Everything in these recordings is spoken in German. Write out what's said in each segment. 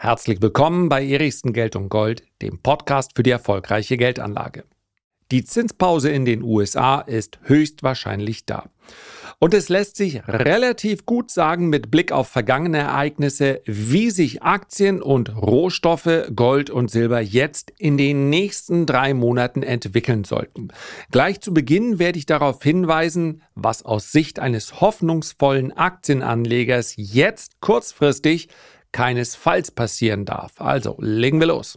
Herzlich willkommen bei Erichsen Geld und Gold, dem Podcast für die erfolgreiche Geldanlage. Die Zinspause in den USA ist höchstwahrscheinlich da. Und es lässt sich relativ gut sagen mit Blick auf vergangene Ereignisse, wie sich Aktien und Rohstoffe, Gold und Silber jetzt in den nächsten 3 Monaten entwickeln sollten. Gleich zu Beginn werde ich darauf hinweisen, was aus Sicht eines hoffnungsvollen Aktienanlegers jetzt kurzfristig keinesfalls passieren darf. Also, legen wir los.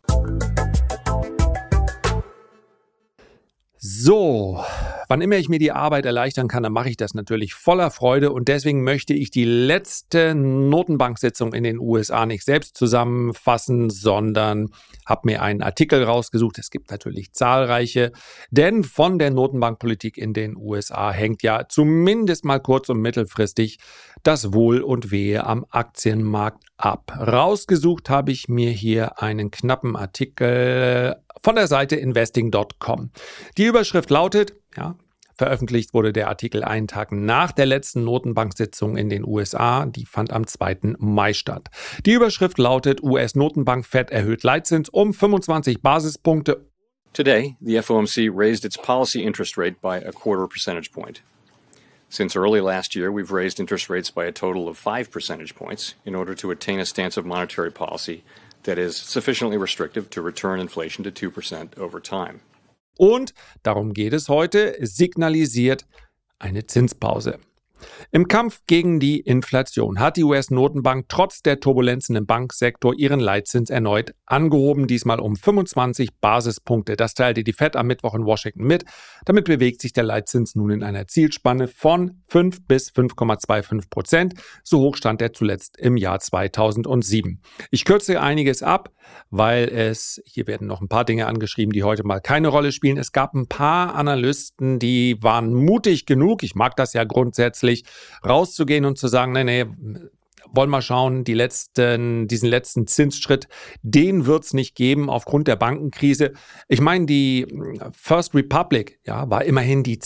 So, wann immer ich mir die Arbeit erleichtern kann, dann mache ich das natürlich voller Freude und deswegen möchte ich die letzte Notenbank-Sitzung in den USA nicht selbst zusammenfassen, sondern habe mir einen Artikel rausgesucht. Es gibt natürlich zahlreiche, denn von der Notenbankpolitik in den USA hängt ja zumindest mal kurz- und mittelfristig das Wohl und Wehe am Aktienmarkt ab. Rausgesucht habe ich mir hier einen knappen Artikel von der Seite investing.com. Die Überschrift lautet, veröffentlicht wurde der Artikel einen Tag nach der letzten Notenbank-Sitzung in den USA. Die fand am 2. Mai statt. Die Überschrift lautet, US-Notenbank Fed erhöht Leitzins um 25 Basispunkte. Today, the FOMC raised its policy interest rate by a quarter percentage point. Since early last year, we've raised interest rates by a total of 5 percentage points in order to attain a stance of monetary policy that is sufficiently restrictive to return inflation to 2% over time. Und, darum geht es heute, signalisiert eine Zinspause. Im Kampf gegen die Inflation hat die US-Notenbank trotz der Turbulenzen im Banksektor ihren Leitzins erneut angehoben, diesmal um 25 Basispunkte. Das teilte die Fed am Mittwoch in Washington mit. Damit bewegt sich der Leitzins nun in einer Zielspanne von 5 bis 5,25%. So hoch stand er zuletzt im Jahr 2007. Ich kürze einiges ab, weil hier werden noch ein paar Dinge angeschrieben, die heute mal keine Rolle spielen. Es gab ein paar Analysten, die waren mutig genug, ich mag das ja grundsätzlich, rauszugehen und zu sagen, nee, wollen wir schauen, diesen letzten Zinsschritt, den wird es nicht geben aufgrund der Bankenkrise. Ich meine, die First Republic war immerhin die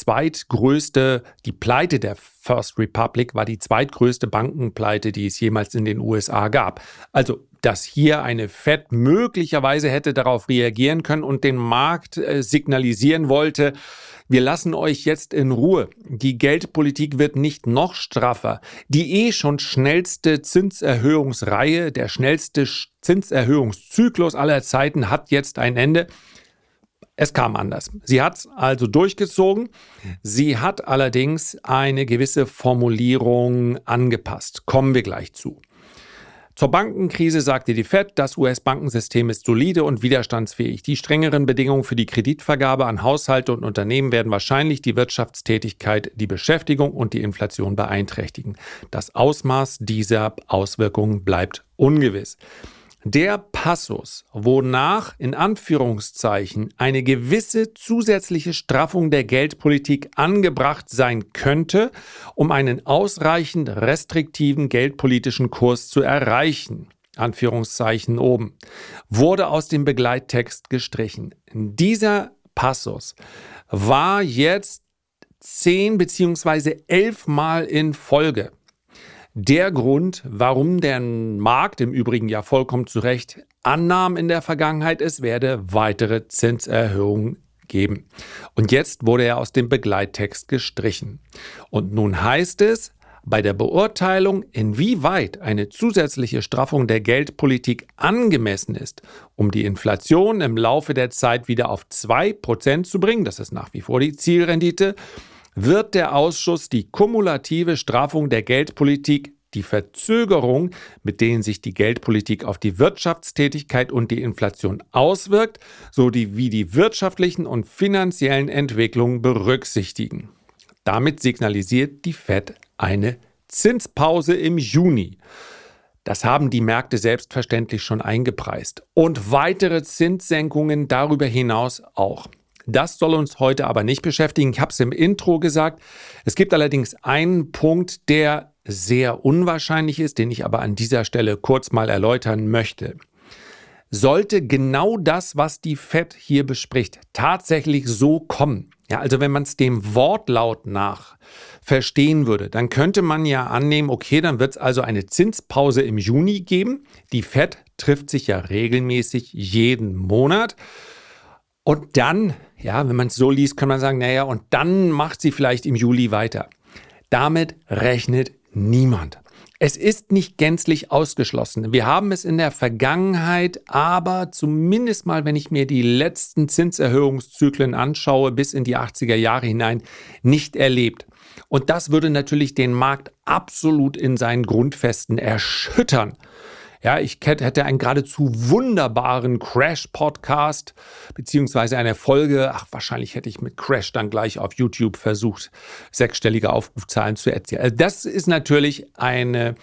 Pleite der First Republic war die zweitgrößte Bankenpleite, die es jemals in den USA gab. Also, dass hier eine Fed möglicherweise hätte darauf reagieren können und den Markt signalisieren wollte, wir lassen euch jetzt in Ruhe. Die Geldpolitik wird nicht noch straffer. Die schon schnellste Zinserhöhungsreihe, der schnellste Zinserhöhungszyklus aller Zeiten hat jetzt ein Ende. Es kam anders. Sie hat es also durchgezogen. Sie hat allerdings eine gewisse Formulierung angepasst. Kommen wir gleich zu. Zur Bankenkrise sagte die Fed, das US-Bankensystem ist solide und widerstandsfähig. Die strengeren Bedingungen für die Kreditvergabe an Haushalte und Unternehmen werden wahrscheinlich die Wirtschaftstätigkeit, die Beschäftigung und die Inflation beeinträchtigen. Das Ausmaß dieser Auswirkungen bleibt ungewiss. Der Passus, wonach in Anführungszeichen eine gewisse zusätzliche Straffung der Geldpolitik angebracht sein könnte, um einen ausreichend restriktiven geldpolitischen Kurs zu erreichen, Anführungszeichen oben, wurde aus dem Begleittext gestrichen. Dieser Passus war jetzt 10 bzw. 11 Mal in Folge der Grund, warum der Markt, im Übrigen ja vollkommen zu Recht, annahm in der Vergangenheit, es werde weitere Zinserhöhungen geben. Und jetzt wurde er aus dem Begleittext gestrichen. Und nun heißt es, bei der Beurteilung, inwieweit eine zusätzliche Straffung der Geldpolitik angemessen ist, um die Inflation im Laufe der Zeit wieder auf 2% zu bringen, das ist nach wie vor die Zielrendite, wird der Ausschuss die kumulative Straffung der Geldpolitik, die Verzögerung, mit denen sich die Geldpolitik auf die Wirtschaftstätigkeit und die Inflation auswirkt, sowie die wirtschaftlichen und finanziellen Entwicklungen berücksichtigen. Damit signalisiert die Fed eine Zinspause im Juni. Das haben die Märkte selbstverständlich schon eingepreist. Und weitere Zinssenkungen darüber hinaus auch. Das soll uns heute aber nicht beschäftigen. Ich habe es im Intro gesagt. Es gibt allerdings einen Punkt, der sehr unwahrscheinlich ist, den ich aber an dieser Stelle kurz mal erläutern möchte. sollte genau das, was die Fed hier bespricht, tatsächlich so kommen. Ja, also wenn man es dem Wortlaut nach verstehen würde, dann könnte man ja annehmen, okay, dann wird es also eine Zinspause im Juni geben. Die Fed trifft sich ja regelmäßig jeden Monat. Und dann, ja, wenn man es so liest, kann man sagen, naja, und dann macht sie vielleicht im Juli weiter. Damit rechnet niemand. Es ist nicht gänzlich ausgeschlossen. Wir haben es in der Vergangenheit, aber zumindest mal, wenn ich mir die letzten Zinserhöhungszyklen anschaue, bis in die 80er Jahre hinein, nicht erlebt. Und das würde natürlich den Markt absolut in seinen Grundfesten erschüttern. Ja, ich hätte einen geradezu wunderbaren Crash-Podcast beziehungsweise eine Folge. Wahrscheinlich hätte ich mit Crash dann gleich auf YouTube versucht, 6-stellige Aufrufzahlen zu erzielen. Also das ist natürlich eine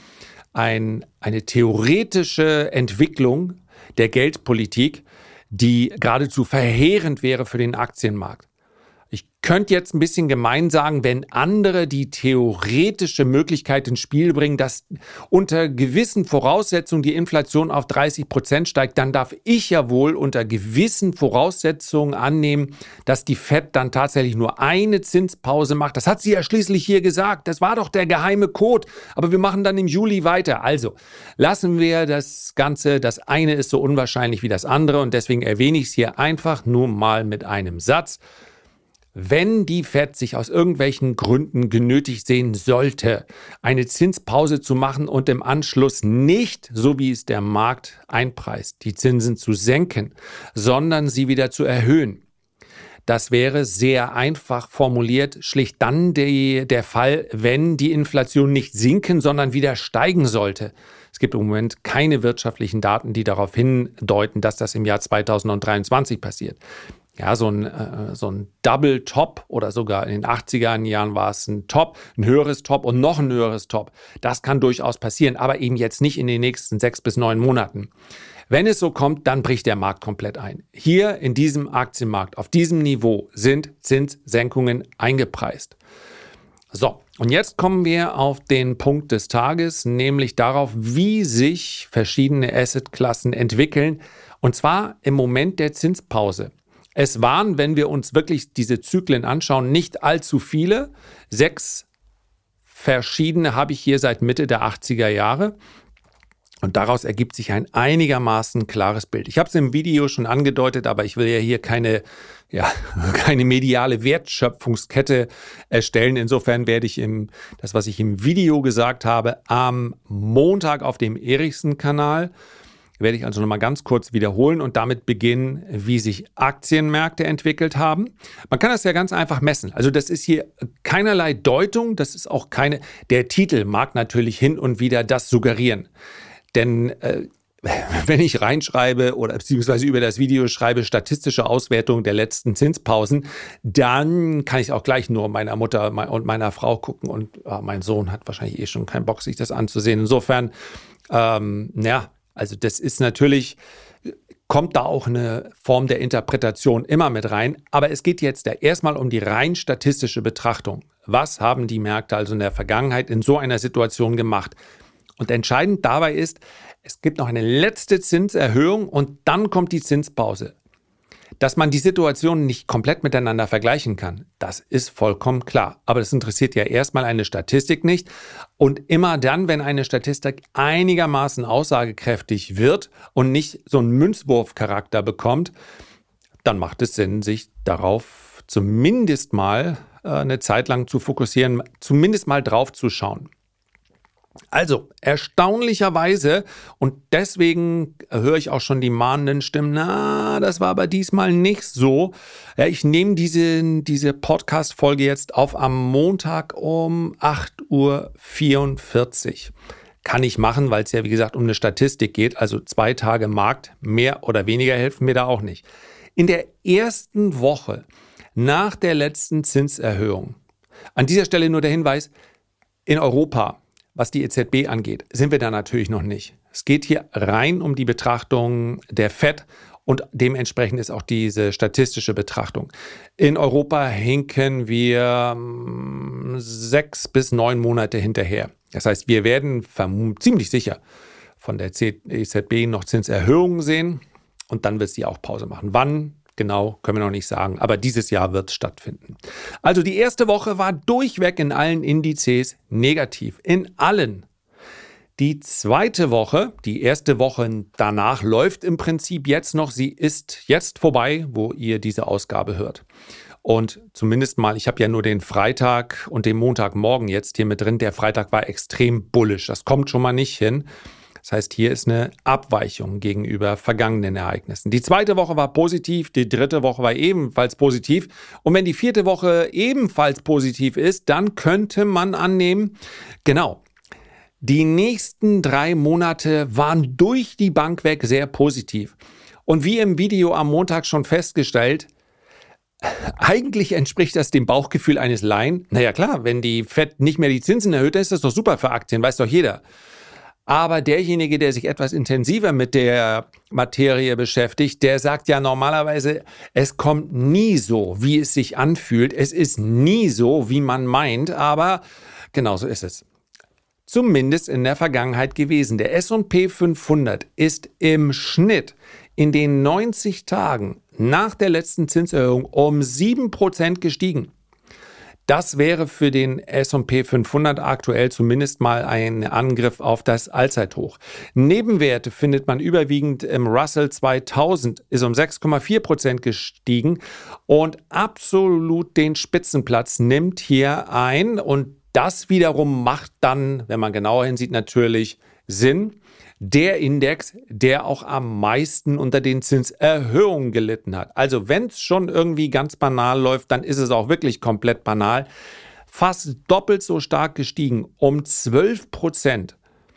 theoretische Entwicklung der Geldpolitik, die geradezu verheerend wäre für den Aktienmarkt. Ich könnte jetzt ein bisschen gemein sagen, wenn andere die theoretische Möglichkeit ins Spiel bringen, dass unter gewissen Voraussetzungen die Inflation auf 30% steigt, dann darf ich ja wohl unter gewissen Voraussetzungen annehmen, dass die Fed dann tatsächlich nur eine Zinspause macht. Das hat sie ja schließlich hier gesagt. Das war doch der geheime Code. Aber wir machen dann im Juli weiter. Also lassen wir das Ganze. Das eine ist so unwahrscheinlich wie das andere und deswegen erwähne ich es hier einfach nur mal mit einem Satz. Wenn die Fed sich aus irgendwelchen Gründen genötigt sehen sollte, eine Zinspause zu machen und im Anschluss nicht, so wie es der Markt einpreist, die Zinsen zu senken, sondern sie wieder zu erhöhen. Das wäre sehr einfach formuliert, schlicht dann der Fall, wenn die Inflation nicht sinken, sondern wieder steigen sollte. Es gibt im Moment keine wirtschaftlichen Daten, die darauf hindeuten, dass das im Jahr 2023 passiert. Ja, so ein Double Top oder sogar in den 80er Jahren war es ein Top, ein höheres Top und noch ein höheres Top. Das kann durchaus passieren, aber eben jetzt nicht in den nächsten 6 bis 9 Monaten. Wenn es so kommt, dann bricht der Markt komplett ein. Hier in diesem Aktienmarkt, auf diesem Niveau sind Zinssenkungen eingepreist. So, und jetzt kommen wir auf den Punkt des Tages, nämlich darauf, wie sich verschiedene Assetklassen entwickeln, und zwar im Moment der Zinspause. Es waren, wenn wir uns wirklich diese Zyklen anschauen, nicht allzu viele. 6 verschiedene habe ich hier seit Mitte der 80er Jahre. Und daraus ergibt sich ein einigermaßen klares Bild. Ich habe es im Video schon angedeutet, aber ich will ja hier keine mediale Wertschöpfungskette erstellen. Insofern werde ich das, was ich im Video gesagt habe, am Montag auf dem Erichsen-Kanal, werde ich also nochmal ganz kurz wiederholen und damit beginnen, wie sich Aktienmärkte entwickelt haben. Man kann das ja ganz einfach messen. Also das ist hier keinerlei Deutung, das ist auch der Titel mag natürlich hin und wieder das suggerieren. Denn wenn ich reinschreibe oder beziehungsweise über das Video schreibe, statistische Auswertung der letzten Zinspausen, dann kann ich auch gleich nur meiner Mutter und meiner Frau gucken und mein Sohn hat wahrscheinlich schon keinen Bock, sich das anzusehen. Insofern, also das ist natürlich, kommt da auch eine Form der Interpretation immer mit rein. Aber es geht jetzt erstmal um die rein statistische Betrachtung. Was haben die Märkte also in der Vergangenheit in so einer Situation gemacht? Und entscheidend dabei ist, es gibt noch eine letzte Zinserhöhung und dann kommt die Zinspause. Dass man die Situationen nicht komplett miteinander vergleichen kann, das ist vollkommen klar. Aber das interessiert ja erstmal eine Statistik nicht. Und immer dann, wenn eine Statistik einigermaßen aussagekräftig wird und nicht so einen Münzwurfcharakter bekommt, dann macht es Sinn, sich darauf zumindest mal eine Zeit lang zu fokussieren, zumindest mal drauf zu schauen. Also, erstaunlicherweise, und deswegen höre ich auch schon die mahnenden Stimmen, das war aber diesmal nicht so. Ja, ich nehme diese Podcast-Folge jetzt auf am Montag um 8:44 Uhr. Kann ich machen, weil es ja, wie gesagt, um eine Statistik geht. Also 2 Tage Markt, mehr oder weniger helfen mir da auch nicht. In der ersten Woche nach der letzten Zinserhöhung, an dieser Stelle nur der Hinweis, in Europa, was die EZB angeht, sind wir da natürlich noch nicht. Es geht hier rein um die Betrachtung der Fed und dementsprechend ist auch diese statistische Betrachtung. In Europa hinken wir 6 bis 9 Monate hinterher. Das heißt, wir werden ziemlich sicher von der EZB noch Zinserhöhungen sehen. und dann wird sie auch Pause machen. Wann? Genau, können wir noch nicht sagen, aber dieses Jahr wird es stattfinden. Also die erste Woche war durchweg in allen Indizes negativ, in allen. Die zweite Woche, die erste Woche danach läuft im Prinzip jetzt noch, sie ist jetzt vorbei, wo ihr diese Ausgabe hört. Und zumindest mal, ich habe ja nur den Freitag und den Montagmorgen jetzt hier mit drin, der Freitag war extrem bullisch, das kommt schon mal nicht hin. Das heißt, hier ist eine Abweichung gegenüber vergangenen Ereignissen. Die zweite Woche war positiv, die dritte Woche war ebenfalls positiv. Und wenn die vierte Woche ebenfalls positiv ist, dann könnte man annehmen, genau, die nächsten 3 Monate waren durch die Bank weg sehr positiv. Und wie im Video am Montag schon festgestellt, eigentlich entspricht das dem Bauchgefühl eines Laien. Naja klar, wenn die Fed nicht mehr die Zinsen erhöht, dann ist das doch super für Aktien, weiß doch jeder. Aber derjenige, der sich etwas intensiver mit der Materie beschäftigt, der sagt ja normalerweise, es kommt nie so, wie es sich anfühlt. Es ist nie so, wie man meint, aber genau so ist es. Zumindest in der Vergangenheit gewesen. Der S&P 500 ist im Schnitt in den 90 Tagen nach der letzten Zinserhöhung um 7% gestiegen. Das wäre für den S&P 500 aktuell zumindest mal ein Angriff auf das Allzeithoch. Nebenwerte findet man überwiegend im Russell 2000, ist um 6,4% gestiegen und absolut den Spitzenplatz nimmt hier ein. Und das wiederum macht dann, wenn man genauer hinsieht, natürlich Sinn. Der Index, der auch am meisten unter den Zinserhöhungen gelitten hat. Also wenn es schon irgendwie ganz banal läuft, dann ist es auch wirklich komplett banal. Fast doppelt so stark gestiegen, um 12%,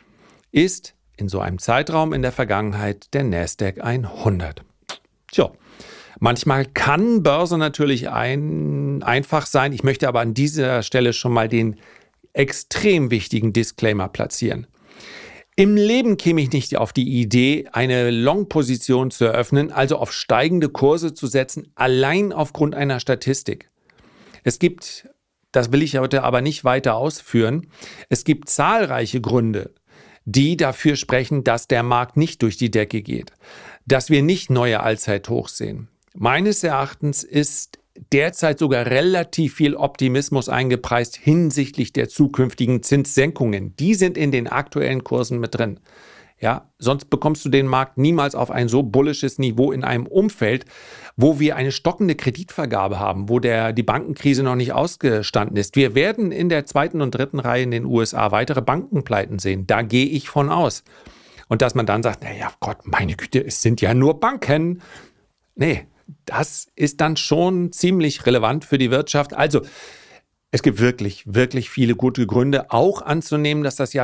ist in so einem Zeitraum in der Vergangenheit der Nasdaq 100. Tja, manchmal kann Börse natürlich einfach sein. Ich möchte aber an dieser Stelle schon mal den extrem wichtigen Disclaimer platzieren. Im Leben käme ich nicht auf die Idee, eine Long-Position zu eröffnen, also auf steigende Kurse zu setzen, allein aufgrund einer Statistik. Es gibt, das will ich heute aber nicht weiter ausführen, es gibt zahlreiche Gründe, die dafür sprechen, dass der Markt nicht durch die Decke geht, dass wir nicht neue Allzeithochs sehen. Meines Erachtens ist derzeit sogar relativ viel Optimismus eingepreist hinsichtlich der zukünftigen Zinssenkungen. Die sind in den aktuellen Kursen mit drin. Ja, sonst bekommst du den Markt niemals auf ein so bullisches Niveau in einem Umfeld, wo wir eine stockende Kreditvergabe haben, wo die Bankenkrise noch nicht ausgestanden ist. Wir werden in der zweiten und dritten Reihe in den USA weitere Bankenpleiten sehen. Da gehe ich von aus. Und dass man dann sagt, naja Gott, meine Güte, es sind ja nur Banken. Nee, das ist dann schon ziemlich relevant für die Wirtschaft. Also es gibt wirklich, wirklich viele gute Gründe, auch anzunehmen, dass das Jahr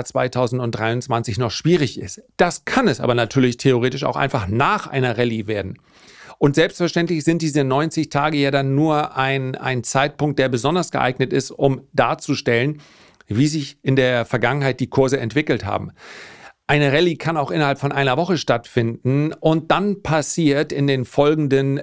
2023 noch schwierig ist. Das kann es aber natürlich theoretisch auch einfach nach einer Rallye werden. Und selbstverständlich sind diese 90 Tage ja dann nur ein Zeitpunkt, der besonders geeignet ist, um darzustellen, wie sich in der Vergangenheit die Kurse entwickelt haben. Eine Rallye kann auch innerhalb von einer Woche stattfinden und dann passiert in den folgenden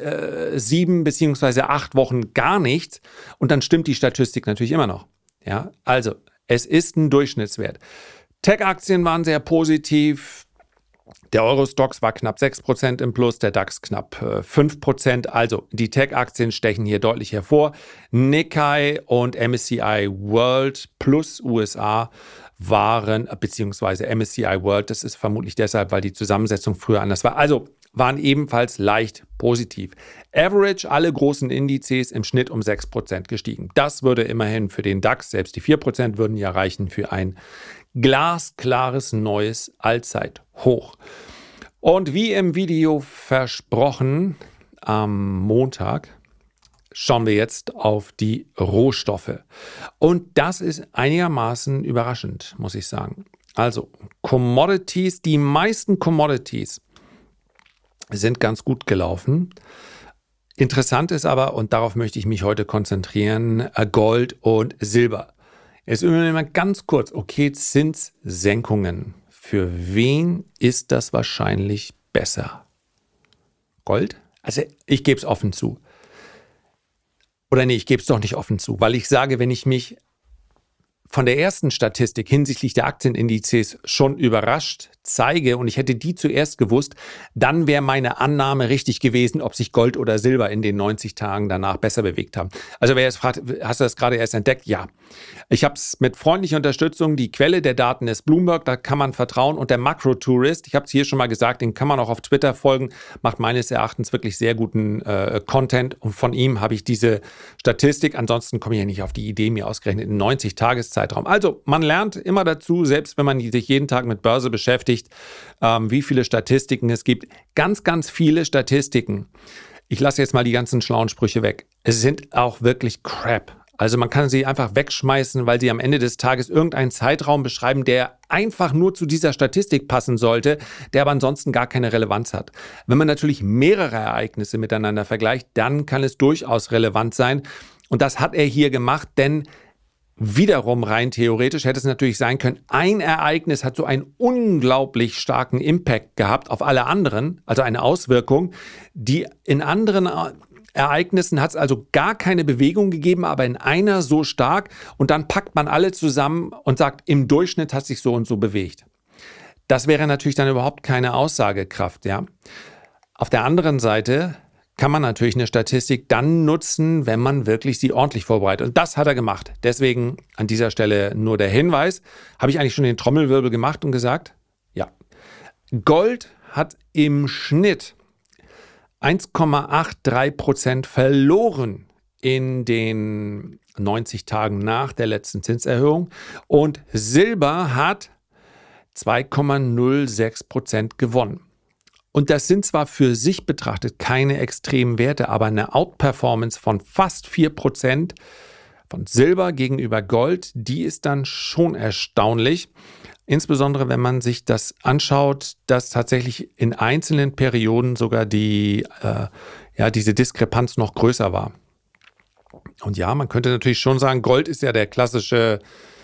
7 bzw. 8 Wochen gar nichts und dann stimmt die Statistik natürlich immer noch. Ja, also es ist ein Durchschnittswert. Tech-Aktien waren sehr positiv. Der Euro-Stoxx war knapp 6% im Plus, der DAX knapp 5%. Also die Tech-Aktien stechen hier deutlich hervor. Nikkei und MSCI World plus USA waren, beziehungsweise MSCI World, das ist vermutlich deshalb, weil die Zusammensetzung früher anders war, also waren ebenfalls leicht positiv. Average, alle großen Indizes im Schnitt um 6% gestiegen. Das würde immerhin für den DAX, selbst die 4% würden ja reichen für ein glasklares neues Allzeithoch. Und wie im Video versprochen, am Montag schauen wir jetzt auf die Rohstoffe. Und das ist einigermaßen überraschend, muss ich sagen. Also Commodities, die meisten Commodities sind ganz gut gelaufen. Interessant ist aber, und darauf möchte ich mich heute konzentrieren, Gold und Silber. Jetzt übrigens mal ganz kurz, okay, Zinssenkungen. Für wen ist das wahrscheinlich besser? Gold? Also ich gebe es offen zu. Oder nee, ich gebe es doch nicht offen zu, weil ich sage, wenn ich mich von der ersten Statistik hinsichtlich der Aktienindizes schon überrascht zeige und ich hätte die zuerst gewusst, dann wäre meine Annahme richtig gewesen, ob sich Gold oder Silber in den 90 Tagen danach besser bewegt haben. Also wer jetzt fragt, hast du das gerade erst entdeckt? Ja. Ich habe es mit freundlicher Unterstützung, die Quelle der Daten ist Bloomberg, da kann man vertrauen und der Makro-Tourist, ich habe es hier schon mal gesagt, den kann man auch auf Twitter folgen, macht meines Erachtens wirklich sehr guten Content und von ihm habe ich diese Statistik, ansonsten komme ich ja nicht auf die Idee, mir ausgerechnet in 90-Tages-Zeitraum. Also man lernt immer dazu, selbst wenn man sich jeden Tag mit Börse beschäftigt, wie viele Statistiken es gibt. Ganz, ganz viele Statistiken. Ich lasse jetzt mal die ganzen schlauen Sprüche weg. Es sind auch wirklich Crap. Also man kann sie einfach wegschmeißen, weil sie am Ende des Tages irgendeinen Zeitraum beschreiben, der einfach nur zu dieser Statistik passen sollte, der aber ansonsten gar keine Relevanz hat. Wenn man natürlich mehrere Ereignisse miteinander vergleicht, dann kann es durchaus relevant sein. Und das hat er hier gemacht, denn wiederum rein theoretisch hätte es natürlich sein können, ein Ereignis hat so einen unglaublich starken Impact gehabt auf alle anderen, also eine Auswirkung, die in anderen Ereignissen hat es also gar keine Bewegung gegeben, aber in einer so stark und dann packt man alle zusammen und sagt, im Durchschnitt hat sich so und so bewegt. Das wäre natürlich dann überhaupt keine Aussagekraft, ja. Auf der anderen Seite kann man natürlich eine Statistik dann nutzen, wenn man wirklich sie ordentlich vorbereitet. Und das hat er gemacht. Deswegen an dieser Stelle nur der Hinweis. Habe ich eigentlich schon den Trommelwirbel gemacht und gesagt? Ja. Gold hat im Schnitt 1,83% verloren in den 90 Tagen nach der letzten Zinserhöhung. Und Silber hat 2,06% gewonnen. Und das sind zwar für sich betrachtet keine extremen Werte, aber eine Outperformance von fast 4% von Silber gegenüber Gold, die ist dann schon erstaunlich. Insbesondere, wenn man sich das anschaut, dass tatsächlich in einzelnen Perioden sogar diese Diskrepanz noch größer war. Und ja, man könnte natürlich schon sagen, Gold ist ja der klassische,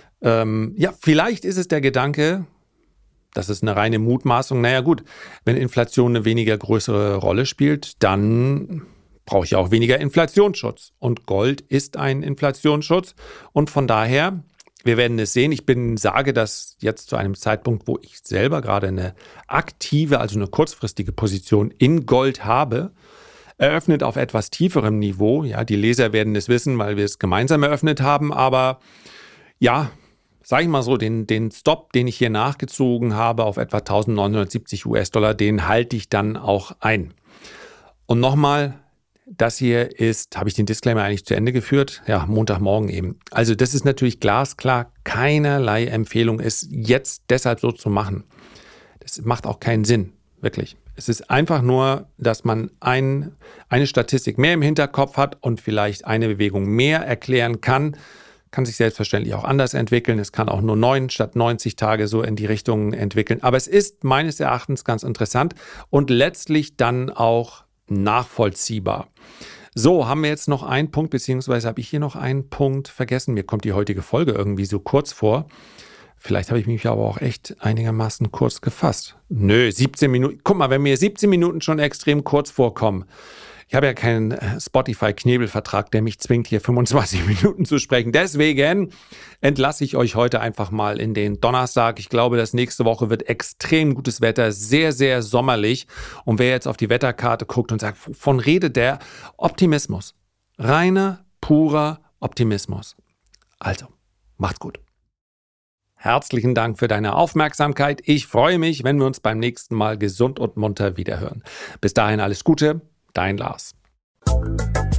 vielleicht ist es der Gedanke, das ist eine reine Mutmaßung. Naja gut, wenn Inflation eine weniger größere Rolle spielt, dann brauche ich auch weniger Inflationsschutz. Und Gold ist ein Inflationsschutz. Und von daher, wir werden es sehen. Ich sage das jetzt zu einem Zeitpunkt, wo ich selber gerade eine aktive, also eine kurzfristige Position in Gold habe. Eröffnet auf etwas tieferem Niveau. Ja, die Leser werden es wissen, weil wir es gemeinsam eröffnet haben. Aber ja, sage ich mal so, den Stop, den ich hier nachgezogen habe auf etwa 1.970 US-Dollar, den halte ich dann auch ein. Und nochmal, das hier ist, habe ich den Disclaimer eigentlich zu Ende geführt? Ja, Montagmorgen eben. Also das ist natürlich glasklar, keinerlei Empfehlung, es jetzt deshalb so zu machen. Das macht auch keinen Sinn, wirklich. Es ist einfach nur, dass man eine Statistik mehr im Hinterkopf hat und vielleicht eine Bewegung mehr erklären kann sich selbstverständlich auch anders entwickeln. Es kann auch nur 9 statt 90 Tage so in die Richtung entwickeln. Aber es ist meines Erachtens ganz interessant und letztlich dann auch nachvollziehbar. So, haben wir jetzt noch einen Punkt, beziehungsweise habe ich hier noch einen Punkt vergessen. Mir kommt die heutige Folge irgendwie so kurz vor. Vielleicht habe ich mich aber auch echt einigermaßen kurz gefasst. Nö, 17 Minuten. Guck mal, wenn mir 17 Minuten schon extrem kurz vorkommen. Ich habe ja keinen Spotify-Knebelvertrag, der mich zwingt, hier 25 Minuten zu sprechen. Deswegen entlasse ich euch heute einfach mal in den Donnerstag. Ich glaube, das nächste Woche wird extrem gutes Wetter, sehr, sehr sommerlich. Und wer jetzt auf die Wetterkarte guckt und sagt, wovon redet der? Optimismus. Reiner, purer Optimismus. Also, macht's gut. Herzlichen Dank für deine Aufmerksamkeit. Ich freue mich, wenn wir uns beim nächsten Mal gesund und munter wiederhören. Bis dahin alles Gute. Dein Lars.